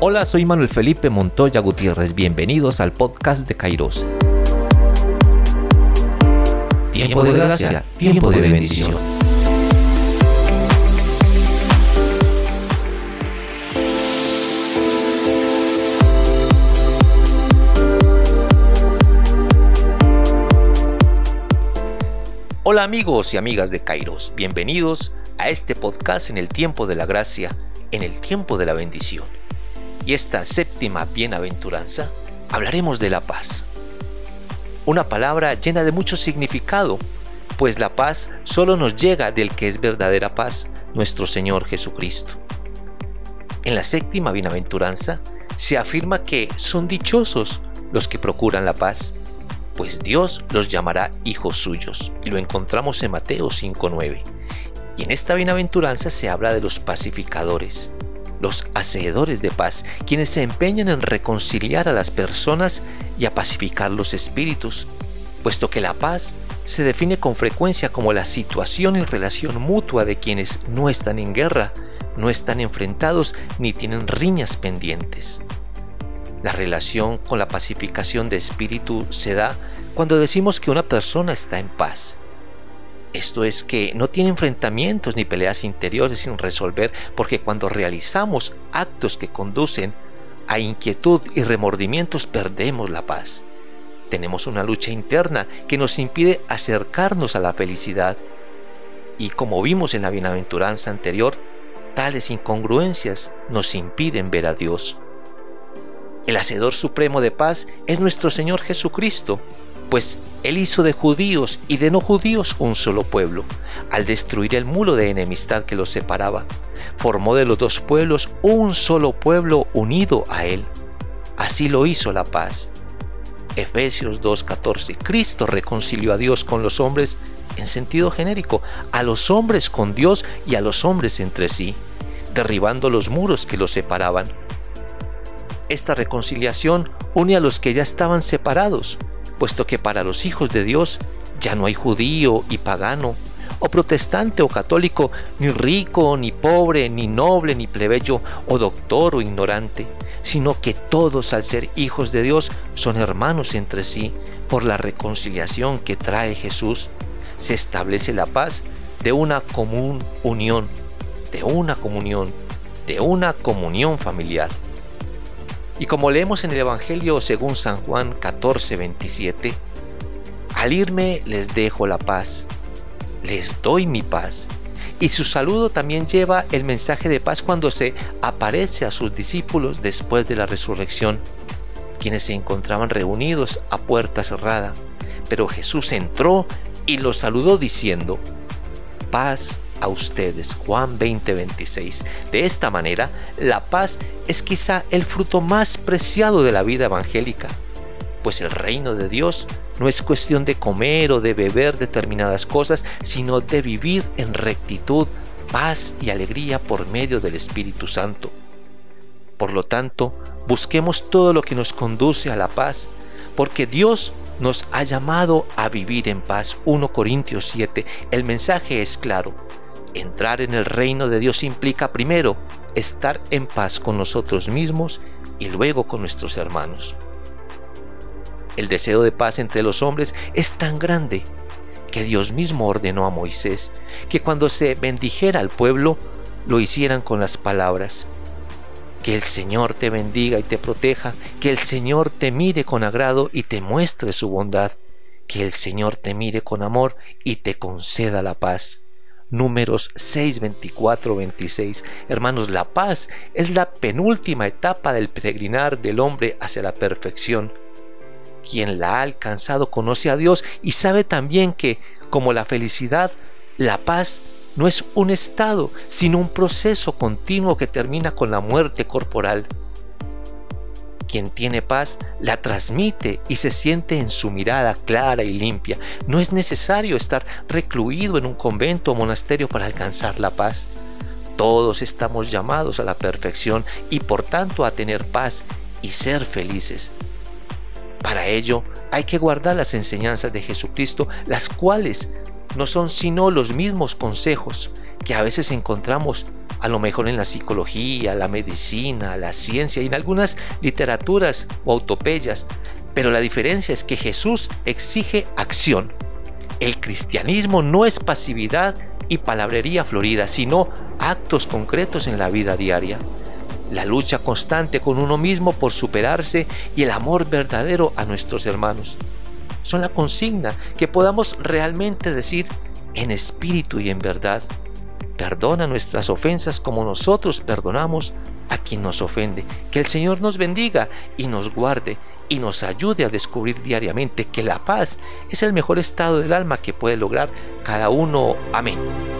Hola, soy Manuel Felipe Montoya Gutiérrez. Bienvenidos al podcast de Kairos. Tiempo de gracia, tiempo de bendición. Hola amigos y amigas de Kairos, bienvenidos a este podcast en el tiempo de la gracia, en el tiempo de la bendición. Y esta séptima bienaventuranza hablaremos de la paz. Una palabra llena de mucho significado, pues la paz solo nos llega del que es verdadera paz, nuestro Señor Jesucristo. En la séptima bienaventuranza se afirma que son dichosos los que procuran la paz, pues Dios los llamará hijos suyos, y lo encontramos en Mateo 5:9. Y en esta bienaventuranza se habla de los pacificadores, los hacedores de paz, quienes se empeñan en reconciliar a las personas y a pacificar los espíritus, puesto que la paz se define con frecuencia como la situación y relación mutua de quienes no están en guerra, no están enfrentados ni tienen riñas pendientes. La relación con la pacificación de espíritu se da cuando decimos que una persona está en paz. Esto es que no tiene enfrentamientos ni peleas interiores sin resolver, porque cuando realizamos actos que conducen a inquietud y remordimientos perdemos la paz. Tenemos una lucha interna que nos impide acercarnos a la felicidad. Y como vimos en la bienaventuranza anterior, tales incongruencias nos impiden ver a Dios. El hacedor supremo de paz es nuestro Señor Jesucristo, pues Él hizo de judíos y de no judíos un solo pueblo. Al destruir el muro de enemistad que los separaba, formó de los dos pueblos un solo pueblo unido a Él. Así lo hizo la paz. Efesios 2:14. Cristo reconcilió a Dios con los hombres en sentido genérico, a los hombres con Dios y a los hombres entre sí, derribando los muros que los separaban. Esta reconciliación une a los que ya estaban separados, puesto que para los hijos de Dios ya no hay judío y pagano, o protestante o católico, ni rico, ni pobre, ni noble, ni plebeyo, o doctor o ignorante, sino que todos, al ser hijos de Dios, son hermanos entre sí. Por la reconciliación que trae Jesús, se establece la paz de una común unión, de una comunión familiar. Y como leemos en el Evangelio según San Juan 14:27, al irme les dejo la paz, les doy mi paz. Y su saludo también lleva el mensaje de paz cuando se aparece a sus discípulos después de la resurrección, quienes se encontraban reunidos a puerta cerrada. Pero Jesús entró y los saludó diciendo: paz a ustedes. Juan 20:26. De esta manera, la paz es quizá el fruto más preciado de la vida evangélica, pues el reino de Dios no es cuestión de comer o de beber determinadas cosas, sino de vivir en rectitud, paz y alegría por medio del Espíritu Santo. Por lo tanto, busquemos todo lo que nos conduce a la paz, porque Dios nos ha llamado a vivir en paz. 1 Corintios 7. El mensaje es claro. Entrar en el reino de Dios implica primero estar en paz con nosotros mismos y luego con nuestros hermanos. El deseo de paz entre los hombres es tan grande que Dios mismo ordenó a Moisés que cuando se bendijera al pueblo lo hicieran con las palabras: que el Señor te bendiga y te proteja, que el Señor te mire con agrado y te muestre su bondad, que el Señor te mire con amor y te conceda la paz. Números 6:24-26. Hermanos, la paz es la penúltima etapa del peregrinar del hombre hacia la perfección. Quien la ha alcanzado conoce a Dios y sabe también que, como la felicidad, la paz no es un estado, sino un proceso continuo que termina con la muerte corporal. Quien tiene paz la transmite y se siente en su mirada clara y limpia. No es necesario estar recluido en un convento o monasterio para alcanzar la paz. Todos estamos llamados a la perfección y por tanto a tener paz y ser felices. Para ello hay que guardar las enseñanzas de Jesucristo, las cuales no son sino los mismos consejos que a veces encontramos a lo mejor en la psicología, la medicina, la ciencia y en algunas literaturas o autopeyas, pero la diferencia es que Jesús exige acción. El cristianismo no es pasividad y palabrería florida, sino actos concretos en la vida diaria. La lucha constante con uno mismo por superarse y el amor verdadero a nuestros hermanos son la consigna que podamos realmente decir en espíritu y en verdad: perdona nuestras ofensas como nosotros perdonamos a quien nos ofende. Que el Señor nos bendiga y nos guarde y nos ayude a descubrir diariamente que la paz es el mejor estado del alma que puede lograr cada uno. Amén.